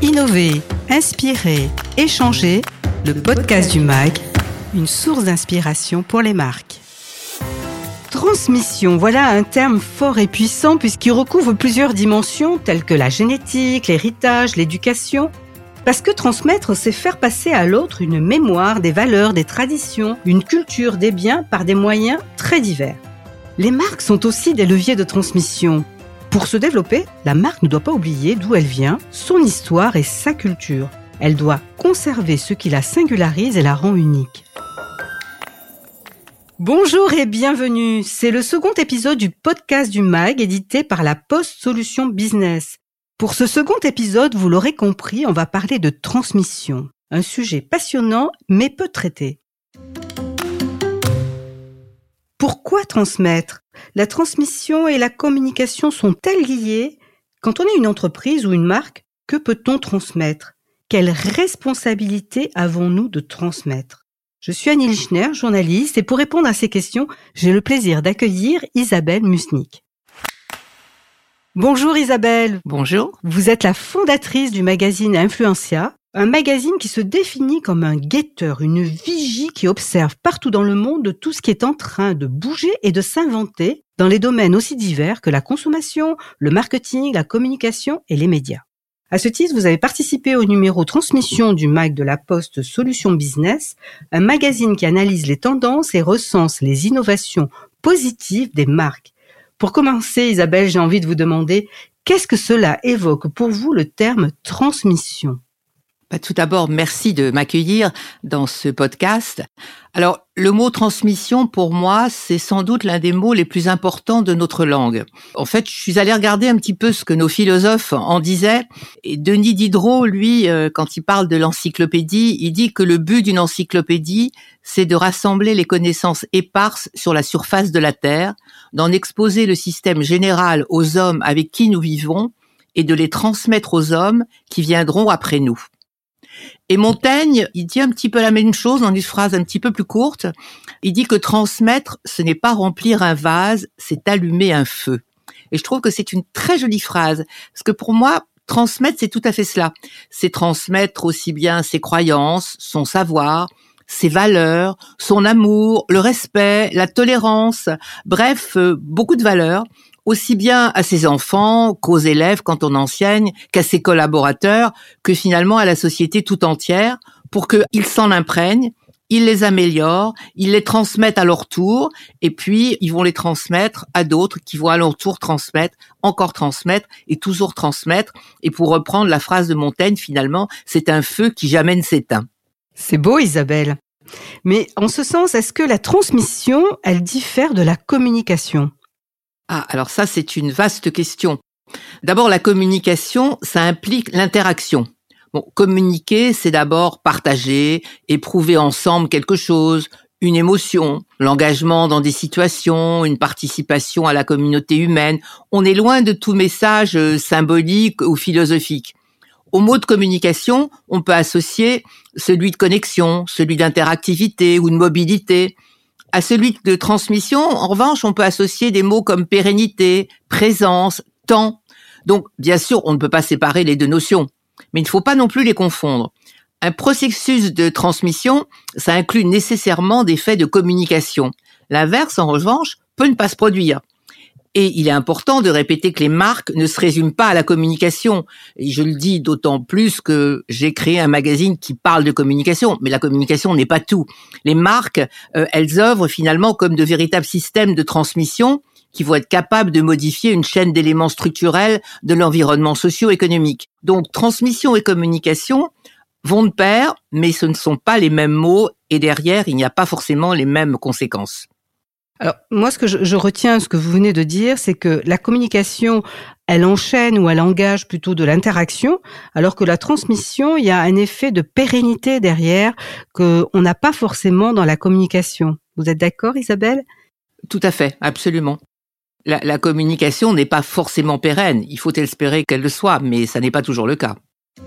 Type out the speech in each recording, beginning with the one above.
Innover, inspirer, échanger, le podcast du MAG, une source d'inspiration pour les marques. Transmission, voilà un terme fort et puissant puisqu'il recouvre plusieurs dimensions telles que la génétique, l'héritage, l'éducation. Parce que transmettre, c'est faire passer à l'autre une mémoire, des valeurs, des traditions, une culture, des biens par des moyens très divers. Les marques sont aussi des leviers de transmission. Pour se développer, la marque ne doit pas oublier d'où elle vient, son histoire et sa culture. Elle doit conserver ce qui la singularise et la rend unique. Bonjour et bienvenue, c'est le second épisode du podcast du MAG édité par la Post Solutions Business. Pour ce second épisode, vous l'aurez compris, on va parler de transmission, un sujet passionnant mais peu traité. Pourquoi transmettre ? La transmission et la communication sont-elles liées ? Quand on est une entreprise ou une marque, que peut-on transmettre ? Quelle responsabilité avons-nous de transmettre ? Je suis Annie Lichner, journaliste, et pour répondre à ces questions, j'ai le plaisir d'accueillir Isabelle Musnick. Bonjour Isabelle. Bonjour. Vous êtes la fondatrice du magazine Influencia, un magazine qui se définit comme un guetteur, une vigie qui observe partout dans le monde tout ce qui est en train de bouger et de s'inventer dans les domaines aussi divers que la consommation, le marketing, la communication et les médias. À ce titre, vous avez participé au numéro Transmission du MAG de la Post Solutions Business, un magazine qui analyse les tendances et recense les innovations positives des marques. Pour commencer, Isabelle, j'ai envie de vous demander, qu'est-ce que cela évoque pour vous le terme transmission ? Tout d'abord, merci de m'accueillir dans ce podcast. Alors, le mot transmission, pour moi, c'est sans doute l'un des mots les plus importants de notre langue. En fait, je suis allée regarder un petit peu ce que nos philosophes en disaient. Et Denis Diderot, lui, quand il parle de l'encyclopédie, il dit que le but d'une encyclopédie, c'est de rassembler les connaissances éparses sur la surface de la Terre, d'en exposer le système général aux hommes avec qui nous vivons et de les transmettre aux hommes qui viendront après nous. Et Montaigne, il dit un petit peu la même chose dans une phrase un petit peu plus courte. Il dit que transmettre, ce n'est pas remplir un vase, c'est allumer un feu. Et je trouve que c'est une très jolie phrase. Parce que pour moi, transmettre, c'est tout à fait cela. C'est transmettre aussi bien ses croyances, son savoir, ses valeurs, son amour, le respect, la tolérance. Bref, beaucoup de valeurs. Aussi bien à ses enfants qu'aux élèves quand on enseigne, qu'à ses collaborateurs, que finalement à la société tout entière, pour qu'ils s'en imprègnent, ils les améliorent, ils les transmettent à leur tour, et puis ils vont les transmettre à d'autres qui vont à leur tour transmettre, encore transmettre, et toujours transmettre. Et pour reprendre la phrase de Montaigne, finalement, c'est un feu qui jamais ne s'éteint. C'est beau, Isabelle. Mais en ce sens, est-ce que la transmission, elle diffère de la communication ? Alors ça, c'est une vaste question. D'abord, la communication, ça implique l'interaction. Communiquer, c'est d'abord partager, éprouver ensemble quelque chose, une émotion, l'engagement dans des situations, une participation à la communauté humaine. On est loin de tout message symbolique ou philosophique. Au mot de communication, on peut associer celui de connexion, celui d'interactivité ou de mobilité. À celui de transmission, en revanche, on peut associer des mots comme pérennité, présence, temps. Donc, bien sûr, on ne peut pas séparer les deux notions, mais il ne faut pas non plus les confondre. Un processus de transmission, ça inclut nécessairement des faits de communication. L'inverse, en revanche, peut ne pas se produire. Et il est important de répéter que les marques ne se résument pas à la communication. Et je le dis d'autant plus que j'ai créé un magazine qui parle de communication. Mais la communication n'est pas tout. Les marques, elles œuvrent finalement comme de véritables systèmes de transmission qui vont être capables de modifier une chaîne d'éléments structurels de l'environnement socio-économique. Donc, transmission et communication vont de pair, mais ce ne sont pas les mêmes mots et derrière, il n'y a pas forcément les mêmes conséquences. Alors, moi, ce que je retiens, ce que vous venez de dire, c'est que la communication, elle enchaîne ou elle engage plutôt de l'interaction, alors que la transmission, il y a un effet de pérennité derrière qu'on n'a pas forcément dans la communication. Vous êtes d'accord, Isabelle ? Tout à fait, absolument. La communication n'est pas forcément pérenne. Il faut espérer qu'elle le soit, mais ça n'est pas toujours le cas.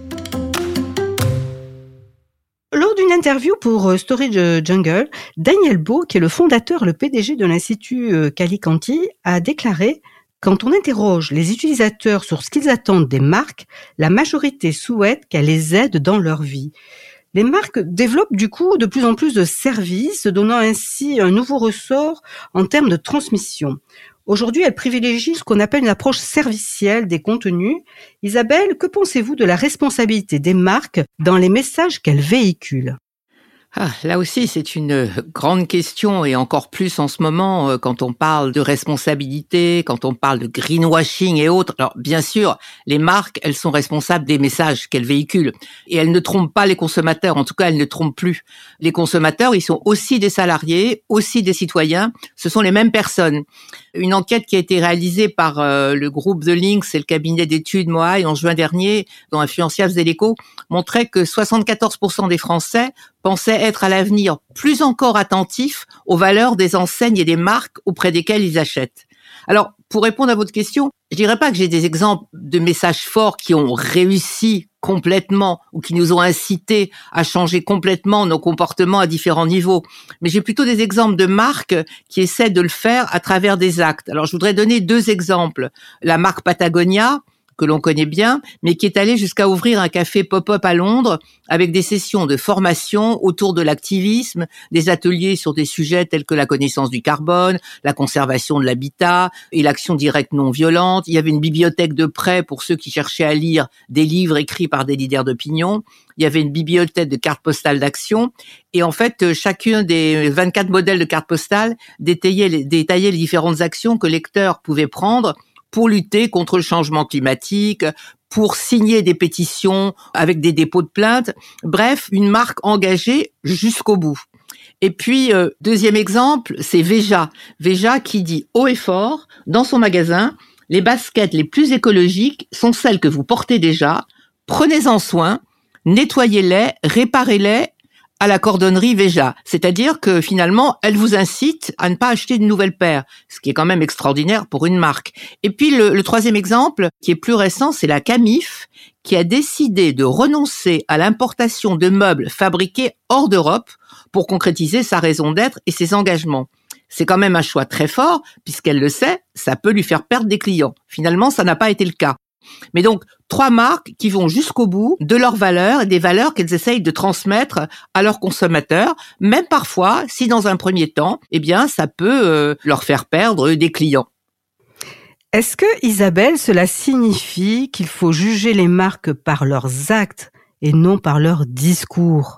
Lors d'une interview pour Story Jungle, Daniel Beau, qui est le fondateur, le PDG de l'Institut Calicanti, a déclaré Quand on interroge les utilisateurs sur ce qu'ils attendent des marques, la majorité souhaite qu'elles les aident dans leur vie. Les marques développent du coup de plus en plus de services, donnant ainsi un nouveau ressort en termes de transmission. Aujourd'hui, elles privilégient ce qu'on appelle une approche servicielle des contenus. Isabelle, que pensez-vous de la responsabilité des marques dans les messages qu'elles véhiculent ? Là aussi, c'est une grande question et encore plus en ce moment quand on parle de responsabilité, quand on parle de greenwashing et autres. Alors bien sûr, les marques, elles sont responsables des messages qu'elles véhiculent et elles ne trompent pas les consommateurs. En tout cas, elles ne trompent plus. Les consommateurs, ils sont aussi des salariés, aussi des citoyens. Ce sont les mêmes personnes. Une enquête qui a été réalisée par le groupe The Links et le cabinet d'études Moaï en juin dernier, dont Influencia faisait l'écho, montrait que 74% des Français pensaient être à l'avenir plus encore attentifs aux valeurs des enseignes et des marques auprès desquelles ils achètent. Alors, pour répondre à votre question, je dirais pas que j'ai des exemples de messages forts qui ont réussi complètement ou qui nous ont incités à changer complètement nos comportements à différents niveaux. Mais j'ai plutôt des exemples de marques qui essaient de le faire à travers des actes. Alors, je voudrais donner 2 exemples. La marque Patagonia, que l'on connaît bien, mais qui est allé jusqu'à ouvrir un café pop-up à Londres avec des sessions de formation autour de l'activisme, des ateliers sur des sujets tels que la connaissance du carbone, la conservation de l'habitat et l'action directe non violente. Il y avait une bibliothèque de prêt pour ceux qui cherchaient à lire des livres écrits par des leaders d'opinion. Il y avait une bibliothèque de cartes postales d'action. Et en fait, chacun des 24 modèles de cartes postales détaillait les différentes actions que les lecteurs pouvaient prendre pour lutter contre le changement climatique, pour signer des pétitions avec des dépôts de plaintes. Bref, une marque engagée jusqu'au bout. Et puis, deuxième exemple, c'est Veja. Veja qui dit haut et fort, dans son magasin, les baskets les plus écologiques sont celles que vous portez déjà. Prenez-en soin, nettoyez-les, réparez-les à la cordonnerie Veja. C'est-à-dire que finalement, elle vous incite à ne pas acheter de nouvelles paires, ce qui est quand même extraordinaire pour une marque. Et puis le troisième exemple, qui est plus récent, c'est la Camif, qui a décidé de renoncer à l'importation de meubles fabriqués hors d'Europe pour concrétiser sa raison d'être et ses engagements. C'est quand même un choix très fort, puisqu'elle le sait, ça peut lui faire perdre des clients. Finalement, ça n'a pas été le cas. Mais donc, 3 marques qui vont jusqu'au bout de leurs valeurs et des valeurs qu'elles essayent de transmettre à leurs consommateurs, même parfois, si dans un premier temps, eh bien, ça peut leur faire perdre des clients. Est-ce que, Isabelle, cela signifie qu'il faut juger les marques par leurs actes et non par leur discours ?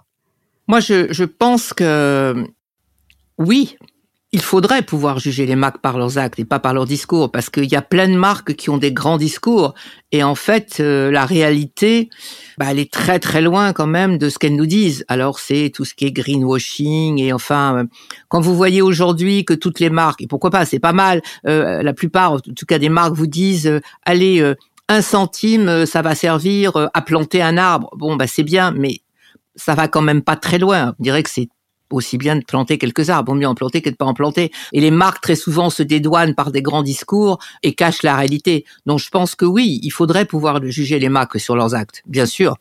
Moi, je pense que oui. Il faudrait pouvoir juger les marques par leurs actes et pas par leurs discours, parce qu'il y a plein de marques qui ont des grands discours et en fait la réalité, elle est très très loin quand même de ce qu'elles nous disent. Alors c'est tout ce qui est greenwashing et enfin quand vous voyez aujourd'hui que toutes les marques, et pourquoi pas, c'est pas mal, la plupart en tout cas des marques vous disent allez 1 centime ça va servir à planter un arbre. Bon c'est bien, mais ça va quand même pas très loin. On dirait que c'est aussi bien de planter quelques arbres, vaut mieux en planter que de pas en planter. Et les marques très souvent se dédouanent par des grands discours et cachent la réalité. Donc je pense que oui, il faudrait pouvoir juger les marques sur leurs actes, bien sûr.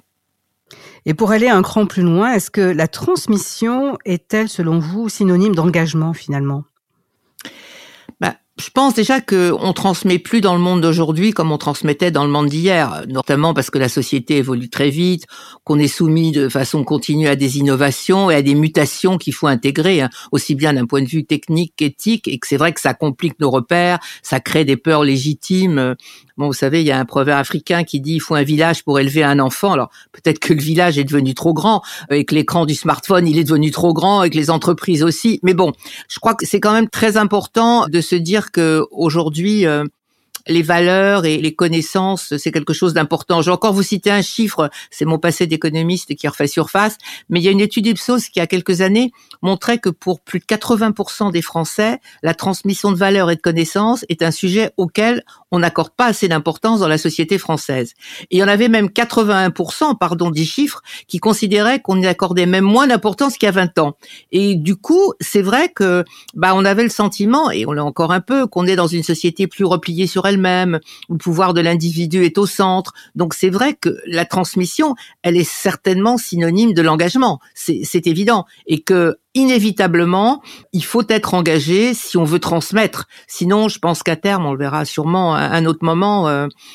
Et pour aller un cran plus loin, est-ce que la transmission est-elle, selon vous, synonyme d'engagement finalement ? Je pense déjà qu'on transmet plus dans le monde d'aujourd'hui comme on transmettait dans le monde d'hier, notamment parce que la société évolue très vite, qu'on est soumis de façon continue à des innovations et à des mutations qu'il faut intégrer, aussi bien d'un point de vue technique qu'éthique, et que c'est vrai que ça complique nos repères, ça crée des peurs légitimes. Bon, vous savez, il y a un proverbe africain qui dit il faut un village pour élever un enfant. Alors, peut-être que le village est devenu trop grand et que l'écran du smartphone, il est devenu trop grand et que les entreprises aussi. Mais bon, je crois que c'est quand même très important de se dire que aujourd'hui, les valeurs et les connaissances, c'est quelque chose d'important. Je vais encore vous citer un chiffre, c'est mon passé d'économiste qui refait surface, mais il y a une étude Ipsos qui, il y a quelques années, montrait que pour plus de 80% des Français, la transmission de valeurs et de connaissances est un sujet auquel on n'accorde pas assez d'importance dans la société française. Et il y en avait même 81%, 10 chiffres, qui considéraient qu'on y accordait même moins d'importance qu'il y a 20 ans. Et du coup, c'est vrai que on avait le sentiment, et on l'a encore un peu, qu'on est dans une société plus repliée sur elle-même, où le pouvoir de l'individu est au centre. Donc c'est vrai que la transmission, elle est certainement synonyme de l'engagement, c'est évident, et que inévitablement, il faut être engagé si on veut transmettre. Sinon, je pense qu'à terme, on le verra sûrement à un autre moment,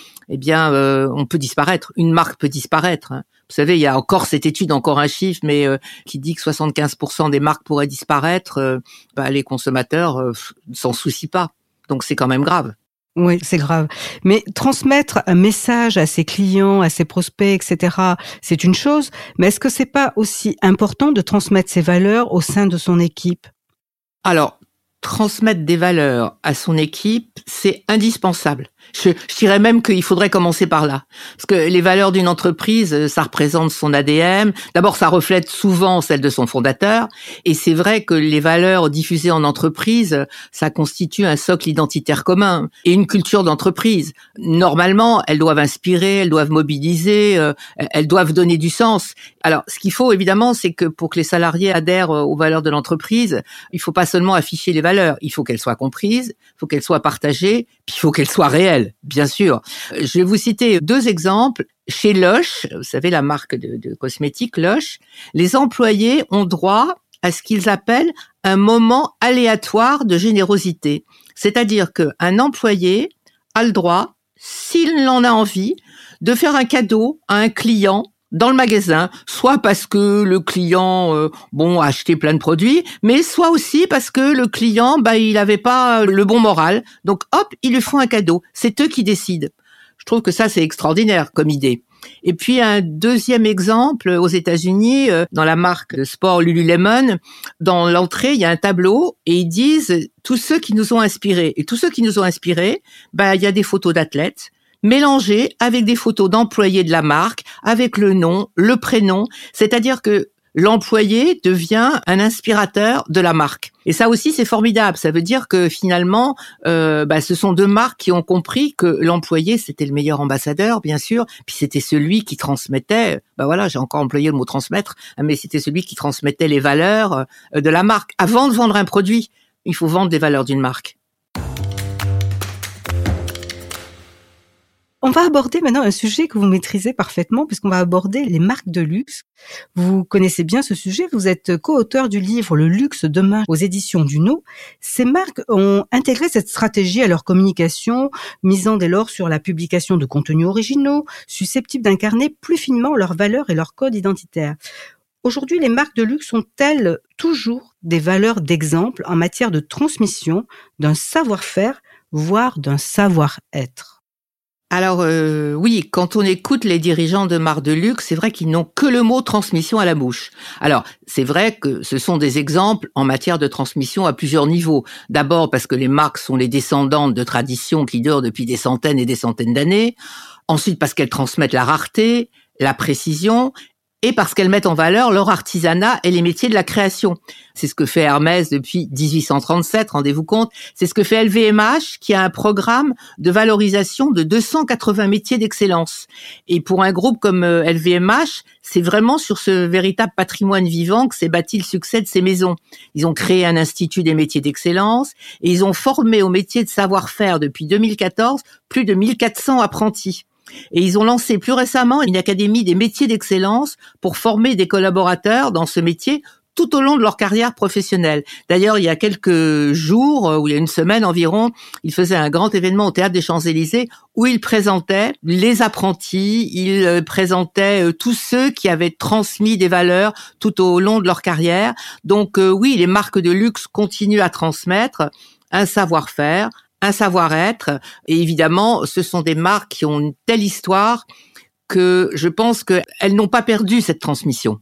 on peut disparaître. Une marque peut disparaître. Hein. Vous savez, il y a encore cette étude, encore un chiffre, mais qui dit que 75% des marques pourraient disparaître. Les consommateurs ne s'en soucient pas. Donc c'est quand même grave. Oui, c'est grave. Mais transmettre un message à ses clients, à ses prospects, etc., c'est une chose. Mais est-ce que c'est pas aussi important de transmettre ses valeurs au sein de son équipe ? Alors, transmettre des valeurs à son équipe, c'est indispensable. Je dirais même qu'il faudrait commencer par là. Parce que les valeurs d'une entreprise, ça représente son ADN. D'abord, ça reflète souvent celle de son fondateur. Et c'est vrai que les valeurs diffusées en entreprise, ça constitue un socle identitaire commun et une culture d'entreprise. Normalement, elles doivent inspirer, elles doivent mobiliser, elles doivent donner du sens. Alors, ce qu'il faut, évidemment, c'est que pour que les salariés adhèrent aux valeurs de l'entreprise, il faut pas seulement afficher les valeurs. Il faut qu'elles soient comprises, il faut qu'elles soient partagées, puis il faut qu'elles soient réelles, bien sûr. Je vais vous citer 2 exemples. Chez Lush, vous savez, la marque de cosmétiques Lush, les employés ont droit à ce qu'ils appellent un moment aléatoire de générosité. C'est-à-dire qu'un employé a le droit, s'il en a envie, de faire un cadeau à un client dans le magasin, soit parce que le client a acheté plein de produits, mais soit aussi parce que le client il avait pas le bon moral. Donc hop, ils lui font un cadeau. C'est eux qui décident. Je trouve que ça c'est extraordinaire comme idée. Et puis un deuxième exemple aux États-Unis, dans la marque de sport Lululemon, dans l'entrée, il y a un tableau et ils disent tous ceux qui nous ont inspirés. Et tous ceux qui nous ont inspirés, il y a des photos d'athlètes mélangées avec des photos d'employés de la marque, avec le nom, le prénom, c'est-à-dire que l'employé devient un inspirateur de la marque. Et ça aussi, c'est formidable. Ça veut dire que finalement, ce sont 2 marques qui ont compris que l'employé, c'était le meilleur ambassadeur, bien sûr, puis c'était celui qui transmettait, j'ai encore employé le mot transmettre, mais c'était celui qui transmettait les valeurs de la marque. Avant de vendre un produit, il faut vendre les valeurs d'une marque. On va aborder maintenant un sujet que vous maîtrisez parfaitement, puisqu'on va aborder les marques de luxe. Vous connaissez bien ce sujet, vous êtes co-auteur du livre Le luxe demain aux éditions Duno. Ces marques ont intégré cette stratégie à leur communication, misant dès lors sur la publication de contenus originaux, susceptibles d'incarner plus finement leurs valeurs et leurs codes identitaires. Aujourd'hui, les marques de luxe ont-elles toujours des valeurs d'exemple en matière de transmission d'un savoir-faire, voire d'un savoir-être ? Alors oui, quand on écoute les dirigeants de marques de luxe, c'est vrai qu'ils n'ont que le mot transmission à la bouche. Alors, c'est vrai que ce sont des exemples en matière de transmission à plusieurs niveaux. D'abord parce que les marques sont les descendantes de traditions qui durent depuis des centaines et des centaines d'années. Ensuite parce qu'elles transmettent la rareté, la précision, et parce qu'elles mettent en valeur leur artisanat et les métiers de la création. C'est ce que fait Hermès depuis 1837, rendez-vous compte. C'est ce que fait LVMH, qui a un programme de valorisation de 280 métiers d'excellence. Et pour un groupe comme LVMH, c'est vraiment sur ce véritable patrimoine vivant que s'est bâti le succès de ces maisons. Ils ont créé un institut des métiers d'excellence et ils ont formé au métier de savoir-faire depuis 2014 plus de 1400 apprentis. Et ils ont lancé plus récemment une académie des métiers d'excellence pour former des collaborateurs dans ce métier tout au long de leur carrière professionnelle. D'ailleurs, il y a quelques jours, ou il y a une semaine environ, ils faisaient un grand événement au Théâtre des Champs-Élysées où ils présentaient les apprentis, ils présentaient tous ceux qui avaient transmis des valeurs tout au long de leur carrière. Donc oui, les marques de luxe continuent à transmettre un savoir-faire, un savoir-être, et évidemment, ce sont des marques qui ont une telle histoire que je pense qu'elles n'ont pas perdu cette transmission.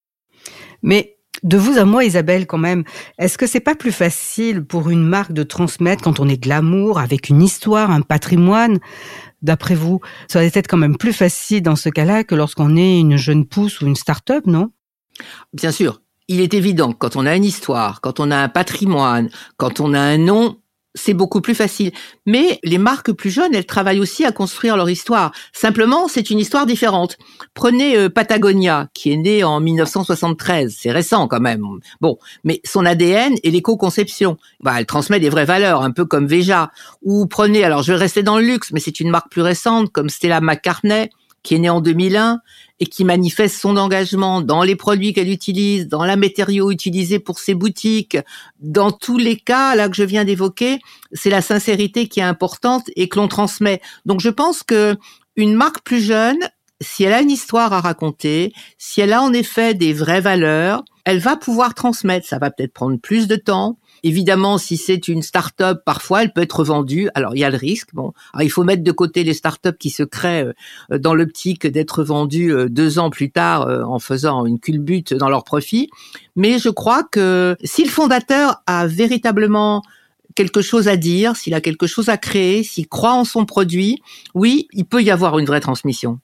Mais de vous à moi, Isabelle, quand même, est-ce que c'est pas plus facile pour une marque de transmettre quand on est glamour, avec une histoire, un patrimoine ? D'après vous, ça va être quand même plus facile dans ce cas-là que lorsqu'on est une jeune pousse ou une start-up, non ? Bien sûr. Il est évident que quand on a une histoire, quand on a un patrimoine, quand on a un nom, c'est beaucoup plus facile. Mais les marques plus jeunes, elles travaillent aussi à construire leur histoire. Simplement, c'est une histoire différente. Prenez Patagonia, qui est née en 1973. C'est récent quand même. Bon, mais son ADN est l'éco-conception. Elle transmet des vraies valeurs, un peu comme Veja. Ou prenez, alors je vais rester dans le luxe, mais c'est une marque plus récente, comme Stella McCartney, qui est née en 2001 et qui manifeste son engagement dans les produits qu'elle utilise, dans la matériau utilisée pour ses boutiques. Dans tous les cas, là que je viens d'évoquer, c'est la sincérité qui est importante et que l'on transmet. Donc je pense que une marque plus jeune, si elle a une histoire à raconter, si elle a en effet des vraies valeurs, elle va pouvoir transmettre. Ça va peut-être prendre plus de temps. Évidemment, si c'est une start-up, parfois, elle peut être vendue. Alors, il y a le risque. Bon, alors, il faut mettre de côté les start-up qui se créent dans l'optique d'être vendues 2 ans plus tard en faisant une culbute dans leur profit. Mais je crois que si le fondateur a véritablement quelque chose à dire, s'il a quelque chose à créer, s'il croit en son produit, oui, il peut y avoir une vraie transmission.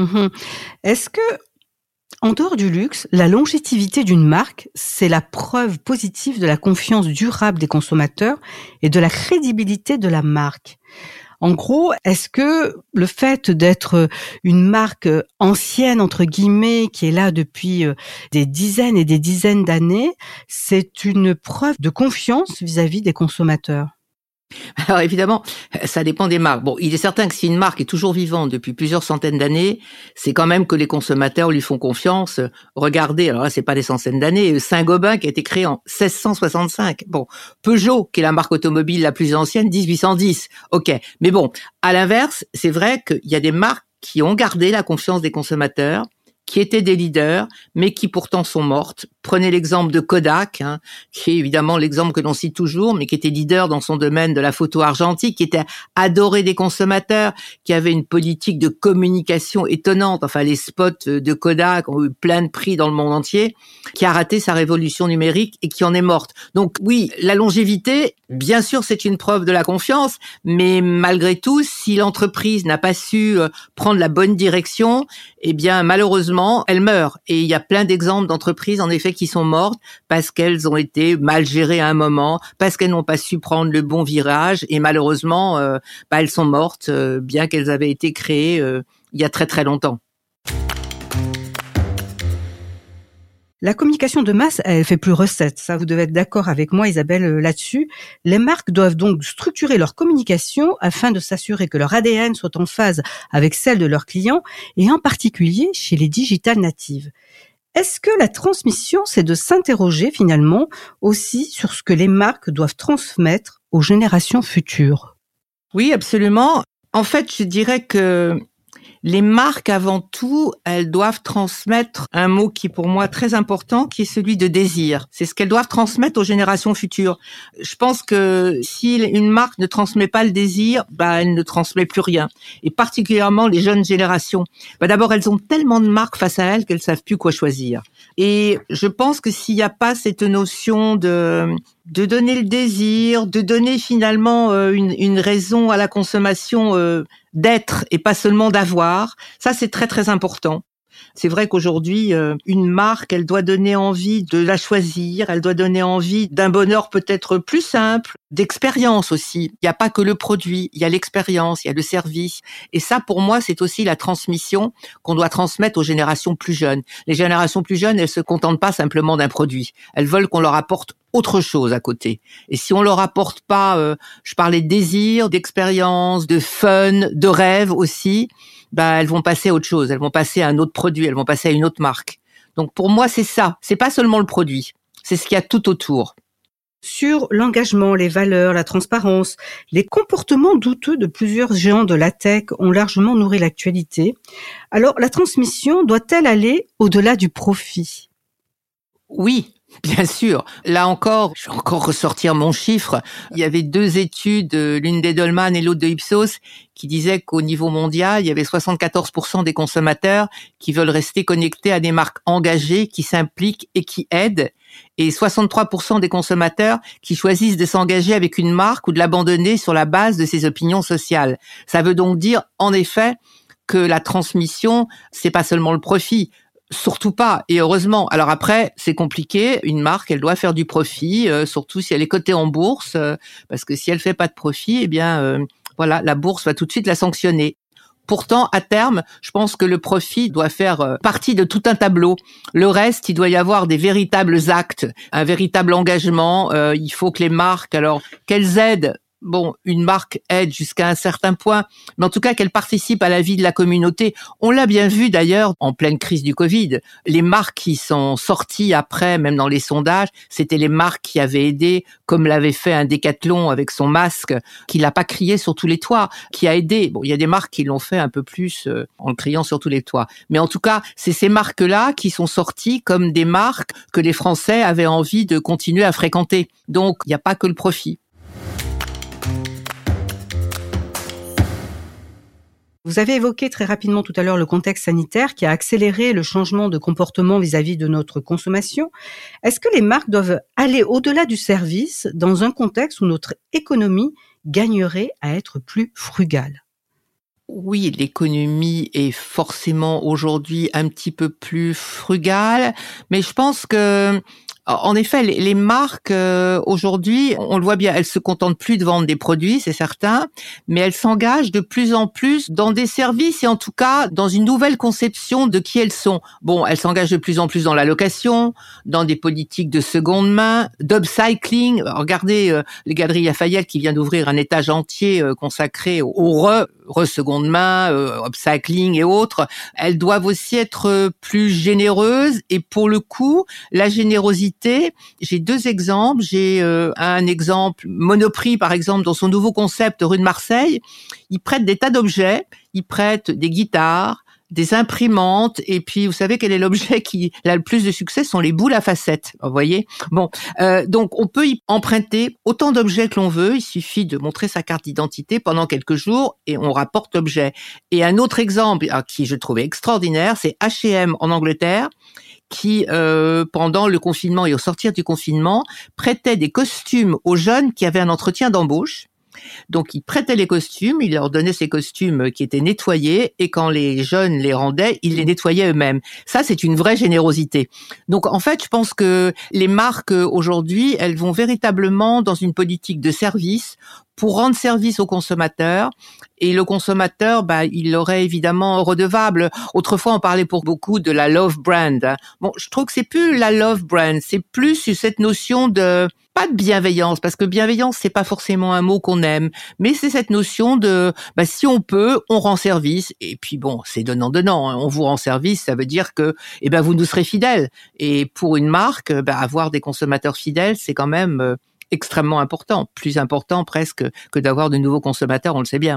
Est-ce que, en dehors du luxe, la longévité d'une marque, c'est la preuve positive de la confiance durable des consommateurs et de la crédibilité de la marque? En gros, est-ce que le fait d'être une marque ancienne, entre guillemets, qui est là depuis des dizaines et des dizaines d'années, c'est une preuve de confiance vis-à-vis des consommateurs? Alors évidemment, ça dépend des marques. Bon, il est certain que si une marque est toujours vivante depuis plusieurs centaines d'années, c'est quand même que les consommateurs lui font confiance. Regardez, alors là, c'est pas des centaines d'années, Saint-Gobain qui a été créé en 1665. Bon, Peugeot, qui est la marque automobile la plus ancienne, 1810. Ok, mais bon, à l'inverse, c'est vrai qu'il y a des marques qui ont gardé la confiance des consommateurs, qui étaient des leaders, mais qui pourtant sont mortes. Prenez l'exemple de Kodak, qui est évidemment l'exemple que l'on cite toujours, mais qui était leader dans son domaine de la photo argentique, qui était adoré des consommateurs, qui avait une politique de communication étonnante. Enfin, les spots de Kodak ont eu plein de prix dans le monde entier, qui a raté sa révolution numérique et qui en est morte. Donc oui, la longévité, bien sûr, c'est une preuve de la confiance, mais malgré tout, si l'entreprise n'a pas su prendre la bonne direction, eh bien, malheureusement, elle meurt. Et il y a plein d'exemples d'entreprises, en effet, qui sont mortes parce qu'elles ont été mal gérées à un moment, parce qu'elles n'ont pas su prendre le bon virage. Et malheureusement, elles sont mortes, bien qu'elles avaient été créées il y a très très longtemps. La communication de masse, elle fait plus recette. Ça, vous devez être d'accord avec moi, Isabelle, là-dessus. Les marques doivent donc structurer leur communication afin de s'assurer que leur ADN soit en phase avec celle de leurs clients et en particulier chez les digital natives. Est-ce que la transmission, c'est de s'interroger finalement aussi sur ce que les marques doivent transmettre aux générations futures? Oui, absolument. En fait, je dirais que les marques, avant tout, elles doivent transmettre un mot qui est pour moi très important, qui est celui de désir. C'est ce qu'elles doivent transmettre aux générations futures. Je pense que si une marque ne transmet pas le désir, elle ne transmet plus rien. Et particulièrement les jeunes générations. D'abord, elles ont tellement de marques face à elles qu'elles savent plus quoi choisir. Et je pense que s'il n'y a pas cette notion de donner le désir, de donner finalement une raison à la consommation d'être et pas seulement d'avoir, ça c'est très très important. C'est vrai qu'aujourd'hui, une marque, elle doit donner envie de la choisir, elle doit donner envie d'un bonheur peut-être plus simple, d'expérience aussi. Il n'y a pas que le produit, il y a l'expérience, il y a le service. Et ça, pour moi, c'est aussi la transmission qu'on doit transmettre aux générations plus jeunes. Les générations plus jeunes, elles se contentent pas simplement d'un produit. Elles veulent qu'on leur apporte autre chose à côté. Et si on leur apporte pas, je parlais de désir, d'expérience, de fun, de rêve aussi, elles vont passer à autre chose, elles vont passer à un autre produit, elles vont passer à une autre marque. Donc pour moi, c'est ça, c'est pas seulement le produit, c'est ce qu'il y a tout autour. Sur l'engagement, les valeurs, la transparence, les comportements douteux de plusieurs géants de la tech ont largement nourri l'actualité. Alors la transmission doit-elle aller au-delà du profit? Oui, bien sûr. Là encore, je vais encore ressortir mon chiffre. Il y avait 2 études, l'une d'Edelman et l'autre de Ipsos, qui disaient qu'au niveau mondial, il y avait 74% des consommateurs qui veulent rester connectés à des marques engagées, qui s'impliquent et qui aident, et 63% des consommateurs qui choisissent de s'engager avec une marque ou de l'abandonner sur la base de ses opinions sociales. Ça veut donc dire, en effet, que la transmission, c'est pas seulement le profit. Surtout pas, et heureusement. Alors après, c'est compliqué. Une marque, elle doit faire du profit, surtout si elle est cotée en bourse, parce que si elle fait pas de profit, eh bien, voilà, la bourse va tout de suite la sanctionner. Pourtant, à terme, je pense que le profit doit faire partie de tout un tableau. Le reste, il doit y avoir des véritables actes, un véritable engagement. Il faut que les marques, alors, qu'elles aident. Bon, une marque aide jusqu'à un certain point, mais en tout cas qu'elle participe à la vie de la communauté. On l'a bien vu d'ailleurs en pleine crise du Covid. Les marques qui sont sorties après, même dans les sondages, c'était les marques qui avaient aidé, comme l'avait fait un Décathlon avec son masque, qui l'a pas crié sur tous les toits, qui a aidé. Bon, il y a des marques qui l'ont fait un peu plus en le criant sur tous les toits. Mais en tout cas, c'est ces marques-là qui sont sorties comme des marques que les Français avaient envie de continuer à fréquenter. Donc, il n'y a pas que le profit. Vous avez évoqué très rapidement tout à l'heure le contexte sanitaire qui a accéléré le changement de comportement vis-à-vis de notre consommation. Est-ce que les marques doivent aller au-delà du service dans un contexte où notre économie gagnerait à être plus frugale ? Oui, l'économie est forcément aujourd'hui un petit peu plus frugale, mais je pense que en effet, les marques aujourd'hui, on le voit bien, elles se contentent plus de vendre des produits, c'est certain, mais elles s'engagent de plus en plus dans des services et en tout cas dans une nouvelle conception de qui elles sont. Bon, elles s'engagent de plus en plus dans la location, dans des politiques de seconde main, d'upcycling. Regardez les Galeries Lafayette qui vient d'ouvrir un étage entier consacré au seconde main, upcycling et autres. Elles doivent aussi être plus généreuses et pour le coup, la générosité, j'ai deux exemples. J'ai un exemple, Monoprix par exemple, dans son nouveau concept rue de Marseille, ils prêtent des tas d'objets, ils prêtent des guitares, des imprimantes, et puis vous savez quel est l'objet qui a le plus de succès, ce sont les boules à facettes, vous voyez. Bon, donc on peut y emprunter autant d'objets que l'on veut, il suffit de montrer sa carte d'identité pendant quelques jours et on rapporte l'objet. Et un autre exemple qui je trouvais extraordinaire, c'est H&M en Angleterre, qui, pendant le confinement et au sortir du confinement, prêtait des costumes aux jeunes qui avaient un entretien d'embauche. Donc, ils prêtaient les costumes, ils leur donnaient ces costumes qui étaient nettoyés et quand les jeunes les rendaient, ils les nettoyaient eux-mêmes. Ça, c'est une vraie générosité. Donc, en fait, je pense que les marques aujourd'hui, elles vont véritablement dans une politique de service pour rendre service au consommateur. Et le consommateur, il l'aurait évidemment redevable. Autrefois, on parlait pour beaucoup de la love brand. Bon, je trouve que c'est plus la love brand, c'est plus cette notion de pas de bienveillance, parce que bienveillance, c'est pas forcément un mot qu'on aime, mais c'est cette notion de, si on peut, on rend service. Et puis bon, c'est donnant-donnant. Hein. On vous rend service, ça veut dire que, vous nous serez fidèles. Et pour une marque, avoir des consommateurs fidèles, c'est quand même extrêmement important, plus important presque que d'avoir de nouveaux consommateurs, on le sait bien.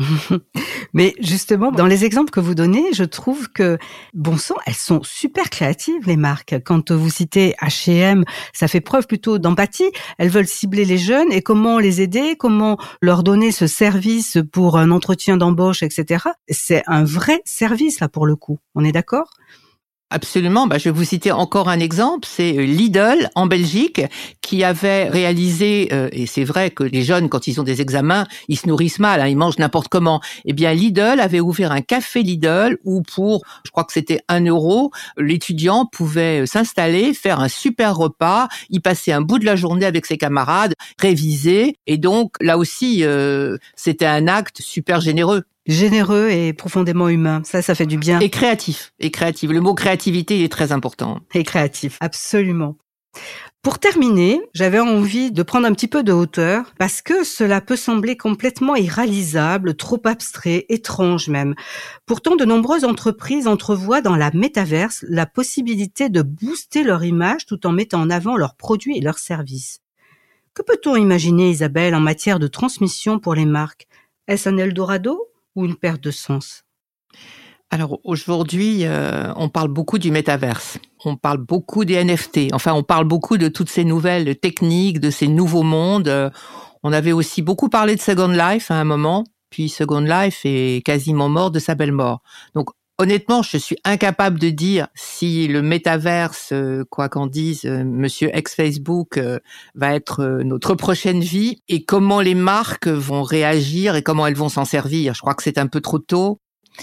Mais justement, dans les exemples que vous donnez, je trouve que, bon sang, elles sont super créatives, les marques. Quand vous citez H&M, ça fait preuve plutôt d'empathie. Elles veulent cibler les jeunes et comment les aider, comment leur donner ce service pour un entretien d'embauche, etc. C'est un vrai service, là, pour le coup. On est d'accord ? Absolument. Je vais vous citer encore un exemple. C'est Lidl en Belgique qui avait réalisé, et c'est vrai que les jeunes, quand ils ont des examens, ils se nourrissent mal, ils mangent n'importe comment. Eh bien, Lidl avait ouvert un café Lidl où pour, je crois que c'était 1 €, l'étudiant pouvait s'installer, faire un super repas, y passer un bout de la journée avec ses camarades, réviser. Et donc, là aussi, c'était un acte super généreux. Généreux et profondément humain. Ça fait du bien. Et créatif. Le mot créativité, il est très important. Et créatif, absolument. Pour terminer, j'avais envie de prendre un petit peu de hauteur parce que cela peut sembler complètement irréalisable, trop abstrait, étrange même. Pourtant, de nombreuses entreprises entrevoient dans la métaverse la possibilité de booster leur image tout en mettant en avant leurs produits et leurs services. Que peut-on imaginer, Isabelle, en matière de transmission pour les marques ? Est-ce un Eldorado ou une perte de sens ? Alors aujourd'hui, on parle beaucoup du métaverse, on parle beaucoup des NFT, enfin on parle beaucoup de toutes ces nouvelles techniques, de ces nouveaux mondes. On avait aussi beaucoup parlé de Second Life à un moment, puis Second Life est quasiment mort de sa belle mort. Donc honnêtement, je suis incapable de dire si le métaverse, quoi qu'en dise monsieur ex-Facebook, va être notre prochaine vie et comment les marques vont réagir et comment elles vont s'en servir. Je crois que c'est un peu trop tôt.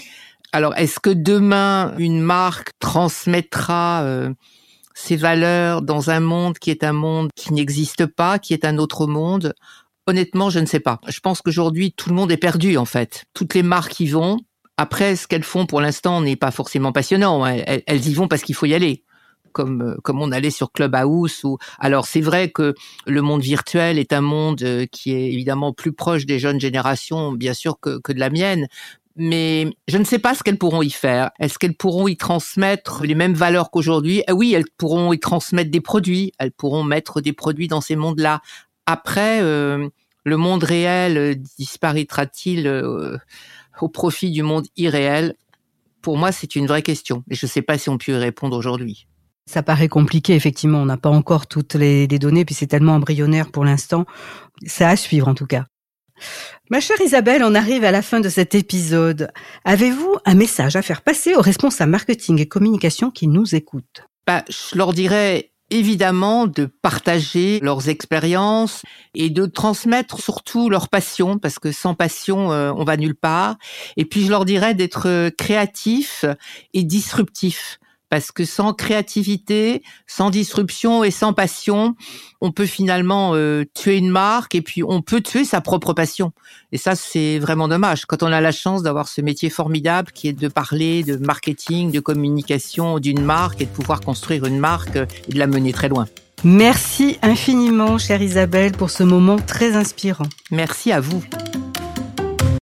Alors, est-ce que demain, une marque transmettra ses valeurs dans un monde qui est un monde qui n'existe pas, qui est un autre monde? Honnêtement, je ne sais pas. Je pense qu'aujourd'hui, tout le monde est perdu, en fait. Toutes les marques y vont. Après, ce qu'elles font pour l'instant n'est pas forcément passionnant. Elles y vont parce qu'il faut y aller. Comme on allait sur Clubhouse. Alors, c'est vrai que le monde virtuel est un monde qui est évidemment plus proche des jeunes générations, bien sûr, que de la mienne. Mais je ne sais pas ce qu'elles pourront y faire. Est-ce qu'elles pourront y transmettre les mêmes valeurs qu'aujourd'hui? Oui, elles pourront y transmettre des produits. Elles pourront mettre des produits dans ces mondes-là. Après, le monde réel disparaîtra-t-il au profit du monde irréel? Pour moi, c'est une vraie question. Et je ne sais pas si on peut y répondre aujourd'hui. Ça paraît compliqué, effectivement. On n'a pas encore toutes les données, puis c'est tellement embryonnaire pour l'instant. C'est à suivre, en tout cas. Ma chère Isabelle, on arrive à la fin de cet épisode. Avez-vous un message à faire passer aux responsables marketing et communication qui nous écoutent? Je leur dirais évidemment de partager leurs expériences et de transmettre surtout leur passion, parce que sans passion, on va nulle part. Et puis je leur dirais d'être créatifs et disruptifs. Parce que sans créativité, sans disruption et sans passion, on peut finalement tuer une marque et puis on peut tuer sa propre passion. Et ça, c'est vraiment dommage. Quand on a la chance d'avoir ce métier formidable qui est de parler de marketing, de communication d'une marque et de pouvoir construire une marque et de la mener très loin. Merci infiniment, chère Isabelle, pour ce moment très inspirant. Merci à vous.